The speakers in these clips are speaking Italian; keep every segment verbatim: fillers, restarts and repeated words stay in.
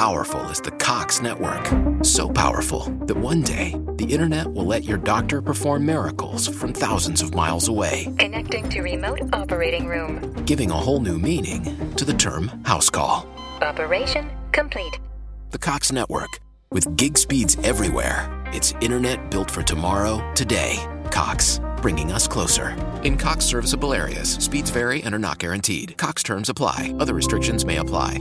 powerful is the Cox Network. So powerful that one day, the internet will let your doctor perform miracles from thousands of miles away. Connecting to remote operating room. Giving a whole new meaning to the term house call. Operation complete. The Cox Network. With gig speeds everywhere. It's internet built for tomorrow, today. Cox. Bringing us closer. In Cox serviceable areas, speeds vary and are not guaranteed. Cox terms apply. Other restrictions may apply.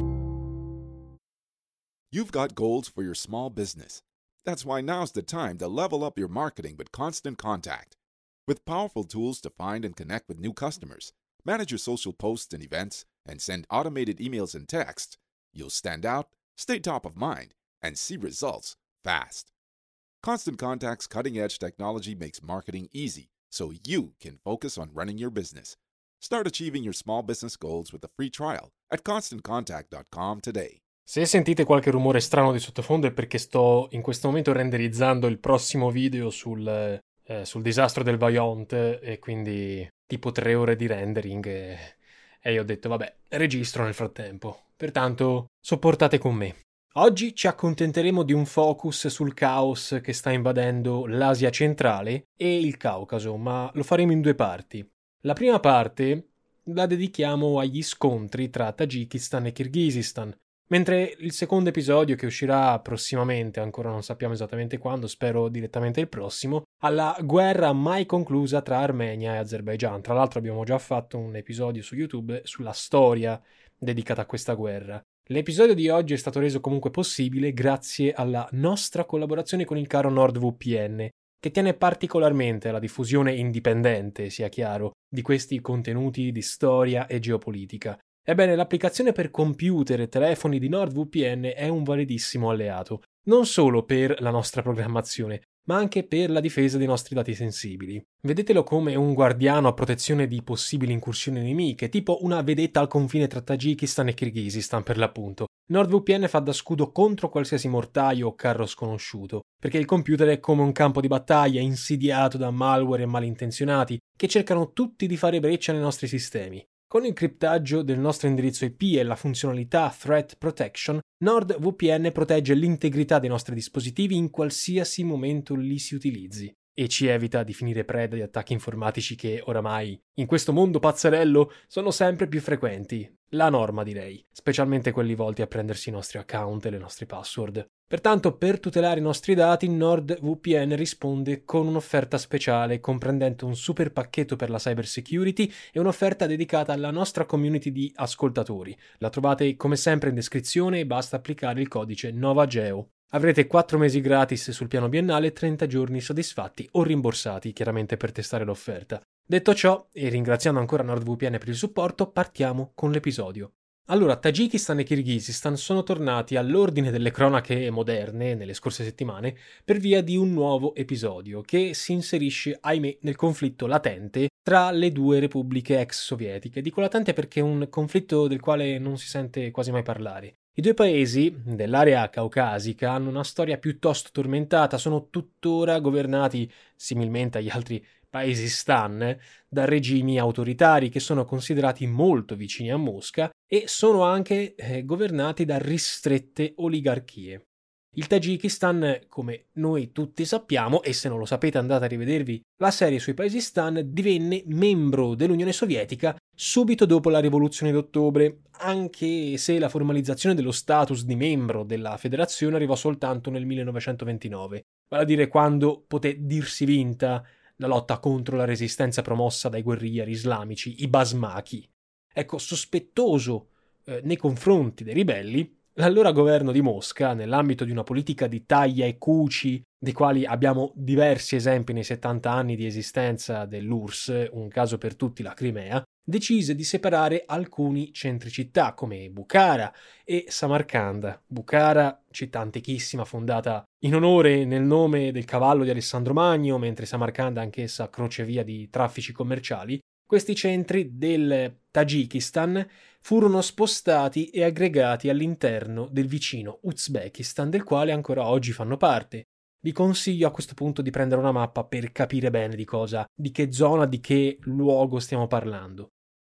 You've got goals for your small business. That's why now's the time to level up your marketing with Constant Contact. With powerful tools to find and connect with new customers, manage your social posts and events, and send automated emails and texts, you'll stand out, stay top of mind, and see results fast. Constant Contact's cutting-edge technology makes marketing easy, so you can focus on running your business. Start achieving your small business goals with a free trial at constant contact dot com today. Se sentite qualche rumore strano di sottofondo è perché sto in questo momento renderizzando il prossimo video sul, eh, sul disastro del Vajont e quindi tipo tre ore di rendering e, e io ho detto vabbè, registro nel frattempo. Pertanto sopportate con me. Oggi ci accontenteremo di un focus sul caos che sta invadendo l'Asia centrale e il Caucaso, ma lo faremo in due parti. La prima parte la dedichiamo agli scontri tra Tagikistan e Kirghizistan, mentre il secondo episodio, che uscirà prossimamente, ancora non sappiamo esattamente quando, spero direttamente il prossimo, alla guerra mai conclusa tra Armenia e Azerbaigian. Tra l'altro abbiamo già fatto un episodio su YouTube sulla storia dedicata a questa guerra. L'episodio di oggi è stato reso comunque possibile grazie alla nostra collaborazione con il caro NordVPN, che tiene particolarmente alla diffusione indipendente, sia chiaro, di questi contenuti di storia e geopolitica. Ebbene, l'applicazione per computer e telefoni di NordVPN è un validissimo alleato, non solo per la nostra programmazione, ma anche per la difesa dei nostri dati sensibili. Vedetelo come un guardiano a protezione di possibili incursioni nemiche, tipo una vedetta al confine tra Tagikistan e Kirghizistan per l'appunto. NordVPN fa da scudo contro qualsiasi mortaio o carro sconosciuto, perché il computer è come un campo di battaglia insidiato da malware e malintenzionati che cercano tutti di fare breccia nei nostri sistemi. Con il criptaggio del nostro indirizzo I P e la funzionalità Threat Protection, NordVPN protegge l'integrità dei nostri dispositivi in qualsiasi momento li si utilizzi e ci evita di finire preda di attacchi informatici che oramai, in questo mondo pazzerello, sono sempre più frequenti. La norma, direi, specialmente quelli volti a prendersi i nostri account e le nostre password. Pertanto, per tutelare i nostri dati, NordVPN risponde con un'offerta speciale comprendente un super pacchetto per la cyber security e un'offerta dedicata alla nostra community di ascoltatori. La trovate come sempre in descrizione e basta applicare il codice NOVAGEO. Avrete quattro mesi gratis sul piano biennale e trenta giorni soddisfatti o rimborsati, chiaramente per testare l'offerta. Detto ciò, e ringraziando ancora NordVPN per il supporto, partiamo con l'episodio. Allora, Tagikistan e Kirghizistan sono tornati all'ordine delle cronache moderne nelle scorse settimane per via di un nuovo episodio che si inserisce, ahimè, nel conflitto latente tra le due repubbliche ex sovietiche. Dico latente perché è un conflitto del quale non si sente quasi mai parlare. I due paesi dell'area caucasica hanno una storia piuttosto tormentata, sono tuttora governati, similmente agli altri paesi stan, da regimi autoritari che sono considerati molto vicini a Mosca e sono anche eh, governati da ristrette oligarchie. Il Tagikistan, come noi tutti sappiamo, e se non lo sapete andate a rivedervi la serie sui paesi stan, divenne membro dell'Unione Sovietica subito dopo la rivoluzione d'ottobre, anche se la formalizzazione dello status di membro della federazione arrivò soltanto nel millenovecentoventinove, vale a dire quando poté dirsi vinta la lotta contro la resistenza promossa dai guerriglieri islamici, i basmaki. Ecco, sospettoso eh, nei confronti dei ribelli, l'allora governo di Mosca, nell'ambito di una politica di taglia e cuci, dei quali abbiamo diversi esempi nei settanta anni di esistenza dell'U R S S, un caso per tutti la Crimea, decise di separare alcuni centri città come Bukhara e Samarcanda. Bukhara, città antichissima fondata in onore e nel nome del cavallo di Alessandro Magno, mentre Samarcanda anch'essa crocevia di traffici commerciali. Questi centri del Tagikistan furono spostati e aggregati all'interno del vicino Uzbekistan, del quale ancora oggi fanno parte. Vi consiglio a questo punto di prendere una mappa per capire bene di cosa, di che zona, di che luogo stiamo parlando.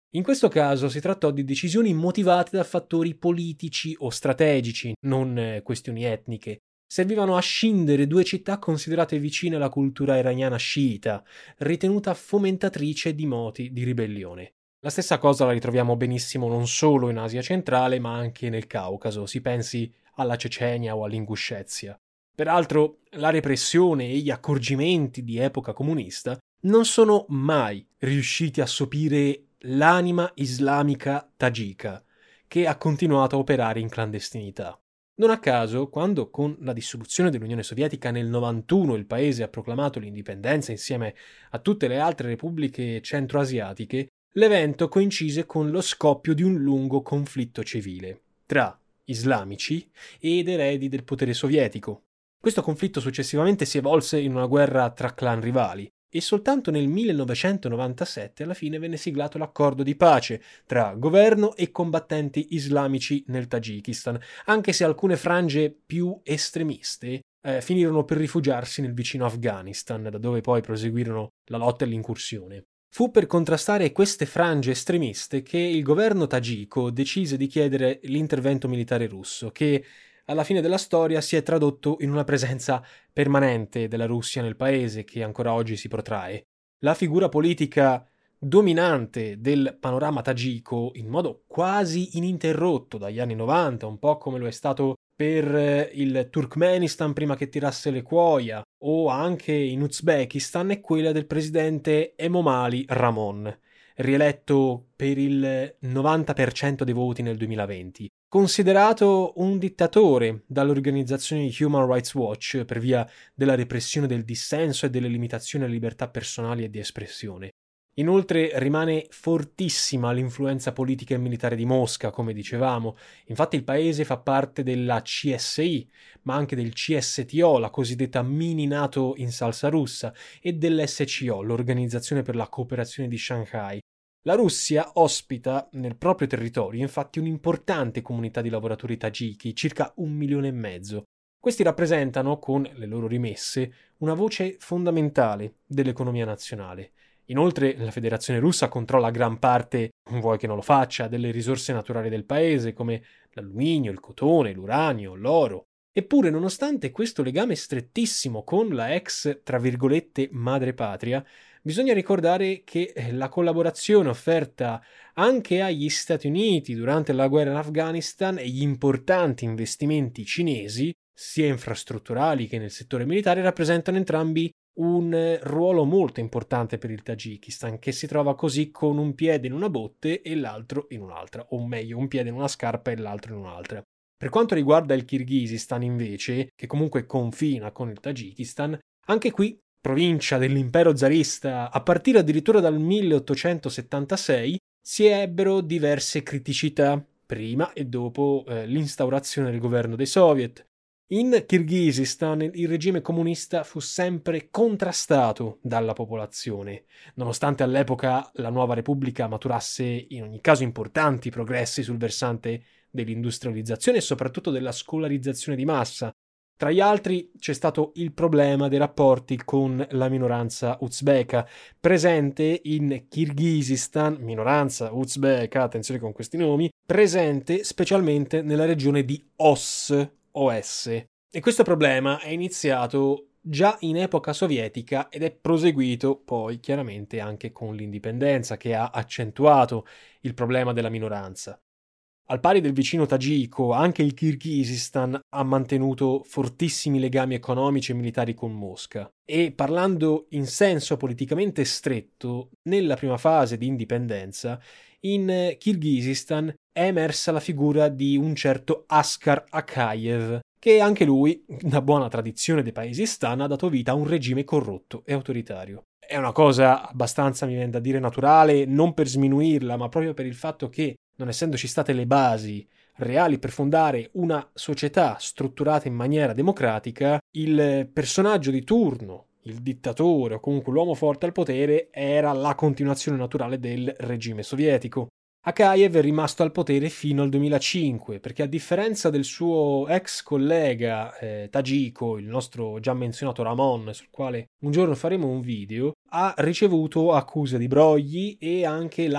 In questo caso si trattò di decisioni motivate da fattori politici o strategici, non questioni etniche. Servivano a scindere due città considerate vicine alla cultura iraniana sciita, ritenuta fomentatrice di moti di ribellione. La stessa cosa la ritroviamo benissimo non solo in Asia centrale, ma anche nel Caucaso, si pensi alla Cecenia o all'Inguscezia. Peraltro, la repressione e gli accorgimenti di epoca comunista non sono mai riusciti a sopire l'anima islamica tagika, che ha continuato a operare in clandestinità. Non a caso, quando con la dissoluzione dell'Unione Sovietica nel novantuno il paese ha proclamato l'indipendenza insieme a tutte le altre repubbliche centroasiatiche, l'evento coincise con lo scoppio di un lungo conflitto civile tra islamici ed eredi del potere sovietico. Questo conflitto successivamente si evolse in una guerra tra clan rivali e soltanto nel millenovecentonovantasette alla fine venne siglato l'accordo di pace tra governo e combattenti islamici nel Tagikistan, anche se alcune frange più estremiste eh, finirono per rifugiarsi nel vicino Afghanistan, da dove poi proseguirono la lotta e l'incursione. Fu per contrastare queste frange estremiste che il governo tagico decise di chiedere l'intervento militare russo, che alla fine della storia si è tradotto in una presenza permanente della Russia nel paese che ancora oggi si protrae. La figura politica dominante del panorama tagico, in modo quasi ininterrotto dagli anni novanta, un po' come lo è stato per il Turkmenistan prima che tirasse le cuoia, o anche in Uzbekistan, è quella del presidente Emomali Rahmon, rieletto per il novanta per cento dei voti nel duemilaventi. Considerato un dittatore dall'organizzazione Human Rights Watch per via della repressione del dissenso e delle limitazioni alle libertà personali e di espressione. Inoltre rimane fortissima l'influenza politica e militare di Mosca, come dicevamo. Infatti il paese fa parte della C S I, ma anche del C S T O, la cosiddetta mini NATO in salsa russa, e dell'S C O, l'Organizzazione per la Cooperazione di Shanghai. La Russia ospita nel proprio territorio infatti un'importante comunità di lavoratori tagiki, circa un milione e mezzo. Questi rappresentano, con le loro rimesse, una voce fondamentale dell'economia nazionale. Inoltre la Federazione Russa controlla gran parte, vuoi che non lo faccia, delle risorse naturali del paese, come l'alluminio, il cotone, l'uranio, l'oro. Eppure, nonostante questo legame strettissimo con la ex, tra virgolette, madrepatria, bisogna ricordare che la collaborazione offerta anche agli Stati Uniti durante la guerra in Afghanistan e gli importanti investimenti cinesi, sia infrastrutturali che nel settore militare, rappresentano entrambi un ruolo molto importante per il Tagikistan, che si trova così con un piede in una botte e l'altro in un'altra, o meglio, un piede in una scarpa e l'altro in un'altra. Per quanto riguarda il Kirghizistan, invece, che comunque confina con il Tagikistan, anche qui, provincia dell'impero zarista, a partire addirittura dal milleottocentosettantasei, si ebbero diverse criticità, prima e dopo eh, l'instaurazione del governo dei soviet. In Kirghizistan il regime comunista fu sempre contrastato dalla popolazione, nonostante all'epoca la nuova repubblica maturasse in ogni caso importanti progressi sul versante dell'industrializzazione e soprattutto della scolarizzazione di massa. Tra gli altri c'è stato il problema dei rapporti con la minoranza uzbeka, presente in Kirghizistan, minoranza uzbeka, attenzione con questi nomi, presente specialmente nella regione di Oss, O S. E questo problema è iniziato già in epoca sovietica ed è proseguito poi chiaramente anche con l'indipendenza, che ha accentuato il problema della minoranza. Al pari del vicino tagico, anche il Kirghizistan ha mantenuto fortissimi legami economici e militari con Mosca. E parlando in senso politicamente stretto, nella prima fase di indipendenza, in Kirghizistan è emersa la figura di un certo Askar Akayev, che anche lui, da buona tradizione dei paesi stan, ha dato vita a un regime corrotto e autoritario. È una cosa abbastanza, mi viene da dire, naturale, non per sminuirla, ma proprio per il fatto che, non essendoci state le basi reali per fondare una società strutturata in maniera democratica, il personaggio di turno, il dittatore o comunque l'uomo forte al potere, era la continuazione naturale del regime sovietico. Akayev è rimasto al potere fino al duemilacinque, perché a differenza del suo ex collega eh, tagico, il nostro già menzionato Rahmon, sul quale un giorno faremo un video, ha ricevuto accuse di brogli e anche la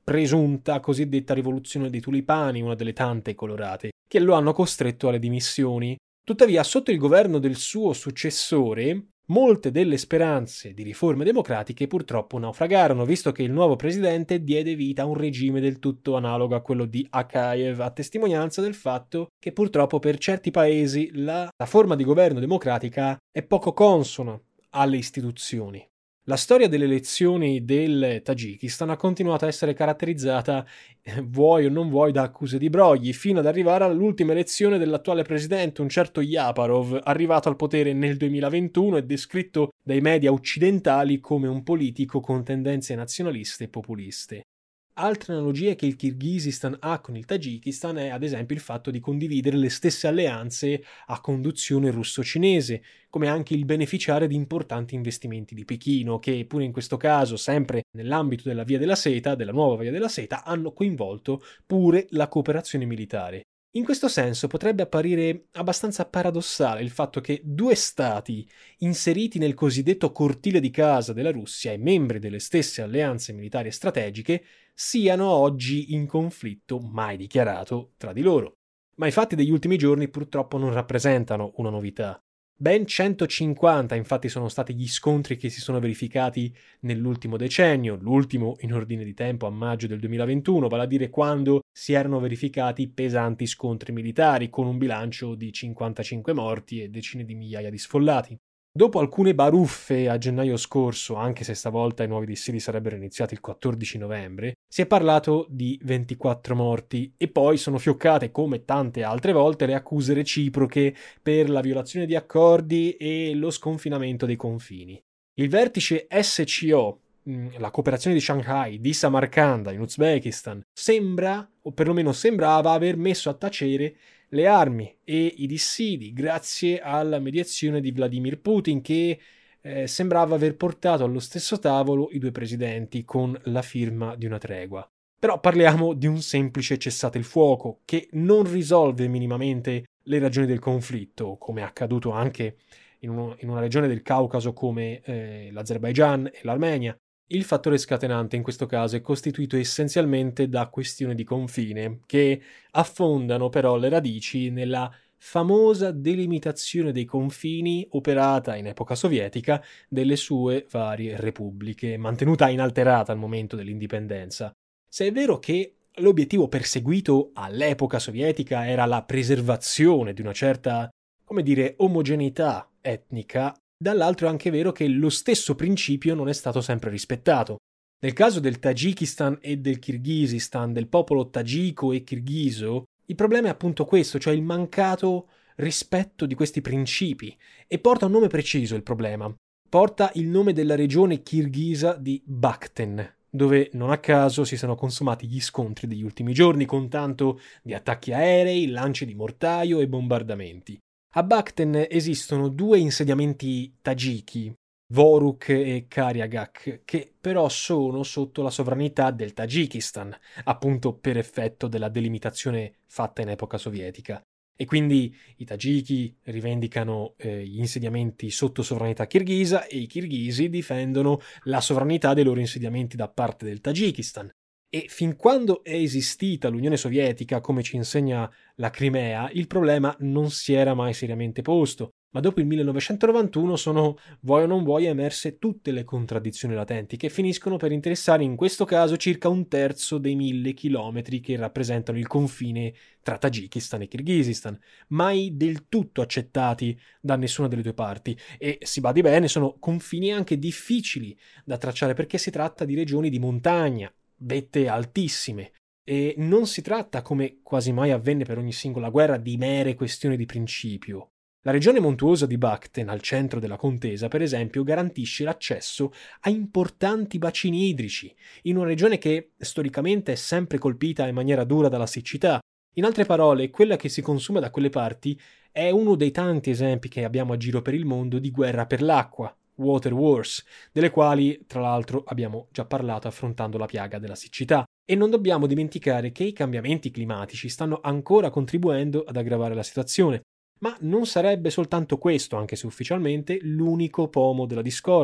presunta cosiddetta rivoluzione dei tulipani, una delle tante colorate, che lo hanno costretto alle dimissioni. Tuttavia, sotto il governo del suo successore, molte delle speranze di riforme democratiche purtroppo naufragarono, visto che il nuovo presidente diede vita a un regime del tutto analogo a quello di Akayev, a testimonianza del fatto che purtroppo per certi paesi la, la forma di governo democratica è poco consona alle istituzioni. La storia delle elezioni del Tagikistan ha continuato a essere caratterizzata, vuoi o non vuoi, da accuse di brogli, fino ad arrivare all'ultima elezione dell'attuale presidente, un certo Yaparov, arrivato al potere nel duemilaventuno e descritto dai media occidentali come un politico con tendenze nazionaliste e populiste. Altre analogie che il Kirghizistan ha con il Tagikistan è ad esempio il fatto di condividere le stesse alleanze a conduzione russo-cinese, come anche il beneficiare di importanti investimenti di Pechino, che pure in questo caso, sempre nell'ambito della Via della Seta, della nuova Via della Seta, hanno coinvolto pure la cooperazione militare. In questo senso potrebbe apparire abbastanza paradossale il fatto che due stati inseriti nel cosiddetto cortile di casa della Russia e membri delle stesse alleanze militari strategiche siano oggi in conflitto mai dichiarato tra di loro. Ma i fatti degli ultimi giorni purtroppo non rappresentano una novità. Ben centocinquanta infatti sono stati gli scontri che si sono verificati nell'ultimo decennio, l'ultimo in ordine di tempo a maggio del duemilaventuno, vale a dire quando si erano verificati pesanti scontri militari con un bilancio di cinquantacinque morti e decine di migliaia di sfollati. Dopo alcune baruffe a gennaio scorso, anche se stavolta i nuovi dissidi sarebbero iniziati il quattordici novembre, si è parlato di ventiquattro morti e poi sono fioccate, come tante altre volte, le accuse reciproche per la violazione di accordi e lo sconfinamento dei confini. Il vertice S C O, la cooperazione di Shanghai, di Samarcanda in Uzbekistan, sembra, o perlomeno sembrava, aver messo a tacere le armi e i dissidi grazie alla mediazione di Vladimir Putin, che eh, sembrava aver portato allo stesso tavolo i due presidenti con la firma di una tregua. Però parliamo di un semplice cessate il fuoco che non risolve minimamente le ragioni del conflitto, come è accaduto anche in, uno, in una regione del Caucaso come eh, l'Azerbaigian e l'Armenia. Il fattore scatenante in questo caso è costituito essenzialmente da questioni di confine, che affondano però le radici nella famosa delimitazione dei confini operata in epoca sovietica delle sue varie repubbliche, mantenuta inalterata al momento dell'indipendenza. Se è vero che l'obiettivo perseguito all'epoca sovietica era la preservazione di una certa, come dire, omogeneità etnica, dall'altro è anche vero che lo stesso principio non è stato sempre rispettato. Nel caso del Tagikistan e del Kirghizistan, del popolo tagico e kirghizo, il problema è appunto questo, cioè il mancato rispetto di questi principi, e porta un nome preciso il problema. Porta il nome della regione kirghisa di Bakhten, dove non a caso si sono consumati gli scontri degli ultimi giorni con tanto di attacchi aerei, lanci di mortaio e bombardamenti. A Bakhten esistono due insediamenti tagiki, Voruk e Karyagak, che però sono sotto la sovranità del Tagikistan, appunto per effetto della delimitazione fatta in epoca sovietica. E quindi i tagiki rivendicano eh, gli insediamenti sotto sovranità kirghisa e i kirghisi difendono la sovranità dei loro insediamenti da parte del Tagikistan. E fin quando è esistita l'Unione Sovietica, come ci insegna la Crimea, il problema non si era mai seriamente posto, ma dopo il millenovecentonovantuno sono, vuoi o non vuoi, emerse tutte le contraddizioni latenti che finiscono per interessare in questo caso circa un terzo dei mille chilometri che rappresentano il confine tra Tagikistan e Kirghizistan, mai del tutto accettati da nessuna delle due parti, e si badi bene sono confini anche difficili da tracciare perché si tratta di regioni di montagna, vette altissime, e non si tratta, come quasi mai avvenne per ogni singola guerra, di mere questioni di principio. La regione montuosa di Bakhten, al centro della contesa, per esempio, garantisce l'accesso a importanti bacini idrici, in una regione che storicamente è sempre colpita in maniera dura dalla siccità. In altre parole, quella che si consuma da quelle parti è uno dei tanti esempi che abbiamo a giro per il mondo di guerra per l'acqua, water wars, delle quali tra l'altro abbiamo già parlato affrontando la piaga della siccità. E non dobbiamo dimenticare che i cambiamenti climatici stanno ancora contribuendo ad aggravare la situazione. Ma non sarebbe soltanto questo, anche se ufficialmente, l'unico pomo della discordia.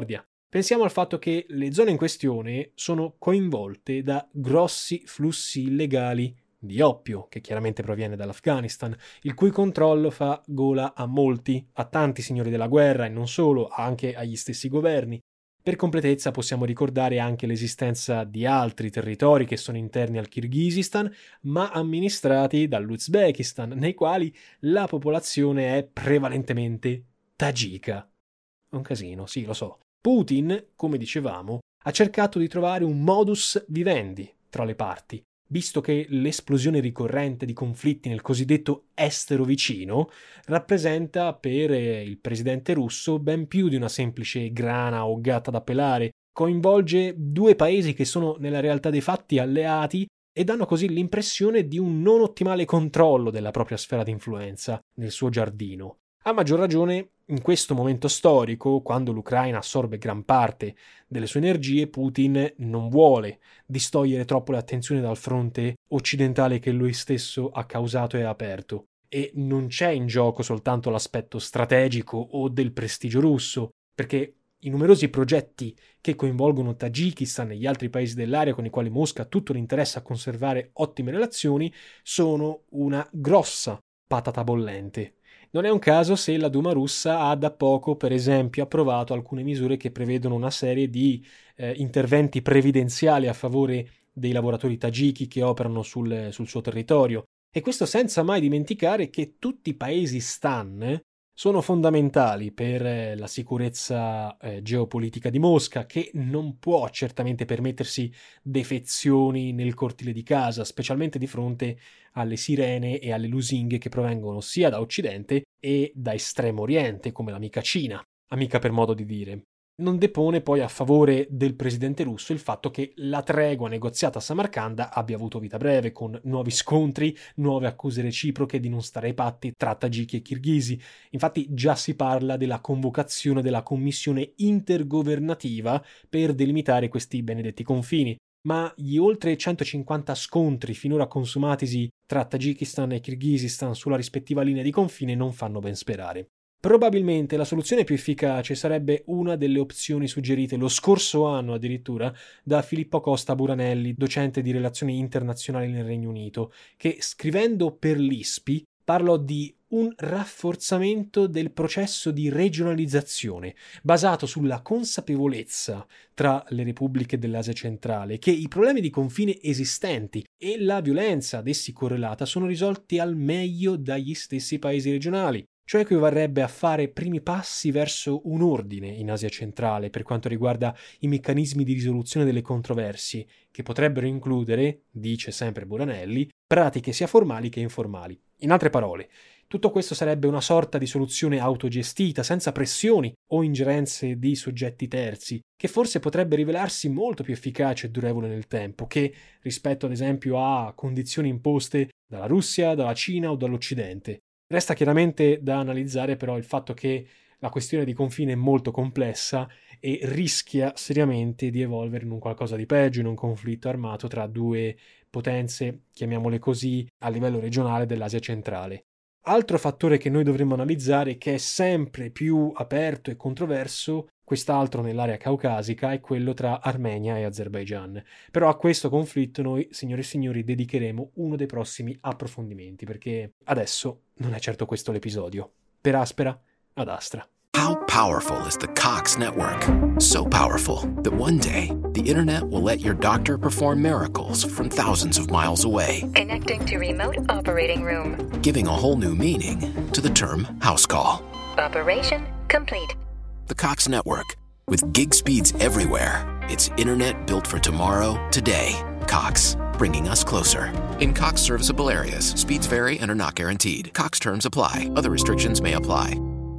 Pensiamo al fatto che le zone in questione sono coinvolte da grossi flussi illegali di oppio, che chiaramente proviene dall'Afghanistan, il cui controllo fa gola a molti, a tanti signori della guerra e non solo, anche agli stessi governi. Per completezza possiamo ricordare anche l'esistenza di altri territori che sono interni al Kirghizistan, ma amministrati dall'Uzbekistan, nei quali la popolazione è prevalentemente tagika. Un casino, sì, lo so. Putin, come dicevamo, ha cercato di trovare un modus vivendi tra le parti, visto che l'esplosione ricorrente di conflitti nel cosiddetto estero vicino rappresenta per il presidente russo ben più di una semplice grana o gatta da pelare, coinvolge due paesi che sono nella realtà dei fatti alleati e danno così l'impressione di un non ottimale controllo della propria sfera di influenza nel suo giardino. A maggior ragione, in questo momento storico, quando l'Ucraina assorbe gran parte delle sue energie, Putin non vuole distogliere troppo le attenzioni dal fronte occidentale che lui stesso ha causato e aperto. E non c'è in gioco soltanto l'aspetto strategico o del prestigio russo, perché i numerosi progetti che coinvolgono Tagikistan e gli altri paesi dell'area con i quali Mosca ha tutto l'interesse a conservare ottime relazioni sono una grossa patata bollente. Non è un caso se la Duma russa ha da poco, per esempio, approvato alcune misure che prevedono una serie di eh, interventi previdenziali a favore dei lavoratori tagiki che operano sul, sul suo territorio. E questo senza mai dimenticare che tutti i paesi stan sono fondamentali per eh, la sicurezza eh, geopolitica di Mosca, che non può certamente permettersi defezioni nel cortile di casa, specialmente di fronte alle sirene e alle lusinghe che provengono sia da Occidente e da Estremo Oriente, come l'amica Cina, amica per modo di dire. Non depone poi a favore del presidente russo il fatto che la tregua negoziata a Samarcanda abbia avuto vita breve, con nuovi scontri, nuove accuse reciproche di non stare ai patti tra tagiki e kirghisi. Infatti già si parla della convocazione della commissione intergovernativa per delimitare questi benedetti confini. Ma gli oltre centocinquanta scontri finora consumatisi tra Tagikistan e Kirghizistan sulla rispettiva linea di confine non fanno ben sperare. Probabilmente la soluzione più efficace sarebbe una delle opzioni suggerite lo scorso anno addirittura da Filippo Costa Buranelli, docente di relazioni internazionali nel Regno Unito, che scrivendo per l'I S P I parlò di un rafforzamento del processo di regionalizzazione basato sulla consapevolezza tra le repubbliche dell'Asia centrale che i problemi di confine esistenti e la violenza ad essi correlata sono risolti al meglio dagli stessi paesi regionali. Ciò equivarrebbe a fare primi passi verso un ordine in Asia centrale per quanto riguarda i meccanismi di risoluzione delle controversie, che potrebbero includere, dice sempre Buranelli, pratiche sia formali che informali. In altre parole, tutto questo sarebbe una sorta di soluzione autogestita, senza pressioni o ingerenze di soggetti terzi, che forse potrebbe rivelarsi molto più efficace e durevole nel tempo, che rispetto ad esempio a condizioni imposte dalla Russia, dalla Cina o dall'Occidente. Resta chiaramente da analizzare però il fatto che la questione di confine è molto complessa e rischia seriamente di evolvere in un qualcosa di peggio, in un conflitto armato tra due potenze, chiamiamole così, a livello regionale dell'Asia centrale. Altro fattore che noi dovremmo analizzare, che è sempre più aperto e controverso, quest'altro nell'area caucasica, è quello tra Armenia e Azerbaigian. Però a questo conflitto noi, signore e signori, dedicheremo uno dei prossimi approfondimenti, perché adesso non è certo questo l'episodio. Per aspera ad astra. How powerful is the Cox network? So powerful that one day the internet will let your doctor perform miracles from thousands of miles away. Connecting to remote operating room. Giving a whole new meaning to the term house call. Operation complete. The Cox network. With gig speeds everywhere. It's internet built for tomorrow, today. Cox. Bringing us closer. In Cox serviceable areas, speeds vary and are not guaranteed. Cox terms apply. Other restrictions may apply.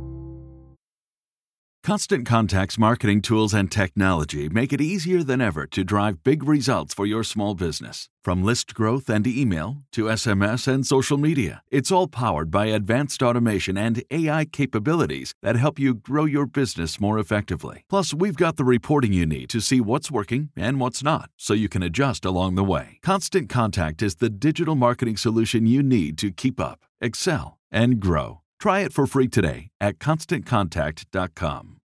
Constant Contact's marketing tools and technology make it easier than ever to drive big results for your small business. From list growth and email to S M S and social media, it's all powered by advanced automation and A I capabilities that help you grow your business more effectively. Plus, we've got the reporting you need to see what's working and what's not, so you can adjust along the way. Constant Contact is the digital marketing solution you need to keep up, excel, and grow. Try it for free today at constant contact dot com.